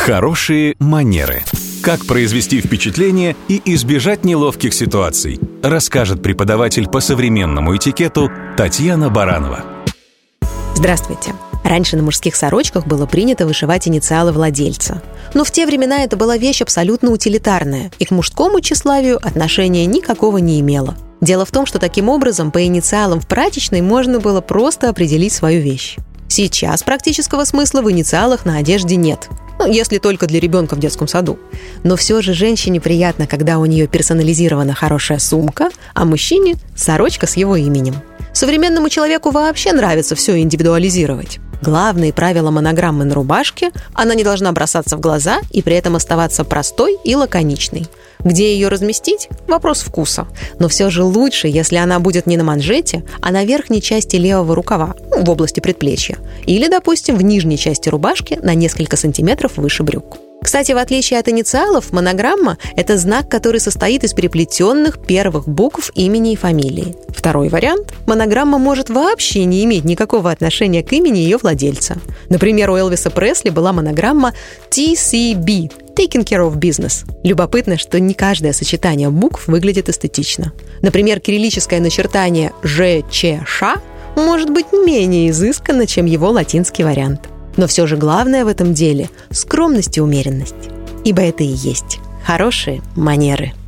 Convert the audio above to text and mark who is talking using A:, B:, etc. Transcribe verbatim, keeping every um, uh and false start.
A: Хорошие манеры. Как произвести впечатление и избежать неловких ситуаций, расскажет преподаватель по современному этикету Татьяна Баранова.
B: Здравствуйте. Раньше на мужских сорочках было принято вышивать инициалы владельца. Но в те времена это была вещь абсолютно утилитарная, и к мужскому тщеславию отношения никакого не имела. Дело в том, что таким образом по инициалам в прачечной можно было просто определить свою вещь. Сейчас практического смысла в инициалах на одежде нет. Ну, если только для ребенка в детском саду. Но все же женщине приятно, когда у нее персонализирована хорошая сумка, а мужчине – сорочка с его именем. Современному человеку вообще нравится все индивидуализировать. Главные правила монограммы на рубашке – она не должна бросаться в глаза и при этом оставаться простой и лаконичной. Где ее разместить – вопрос вкуса. Но все же лучше, если она будет не на манжете, а на верхней части левого рукава, в области предплечья. Или, допустим, в нижней части рубашки на несколько сантиметров выше брюк. Кстати, в отличие от инициалов, монограмма – это знак, который состоит из переплетенных первых букв имени и фамилии. Второй вариант – монограмма может вообще не иметь никакого отношения к имени ее владельца. Например, у Элвиса Пресли была монограмма ти си би – Taking Care of Business. Любопытно, что не каждое сочетание букв выглядит эстетично. Например, кириллическое начертание жэ че ша может быть менее изысканно, чем его латинский вариант. Но все же главное в этом деле – скромность и умеренность. Ибо это и есть хорошие манеры.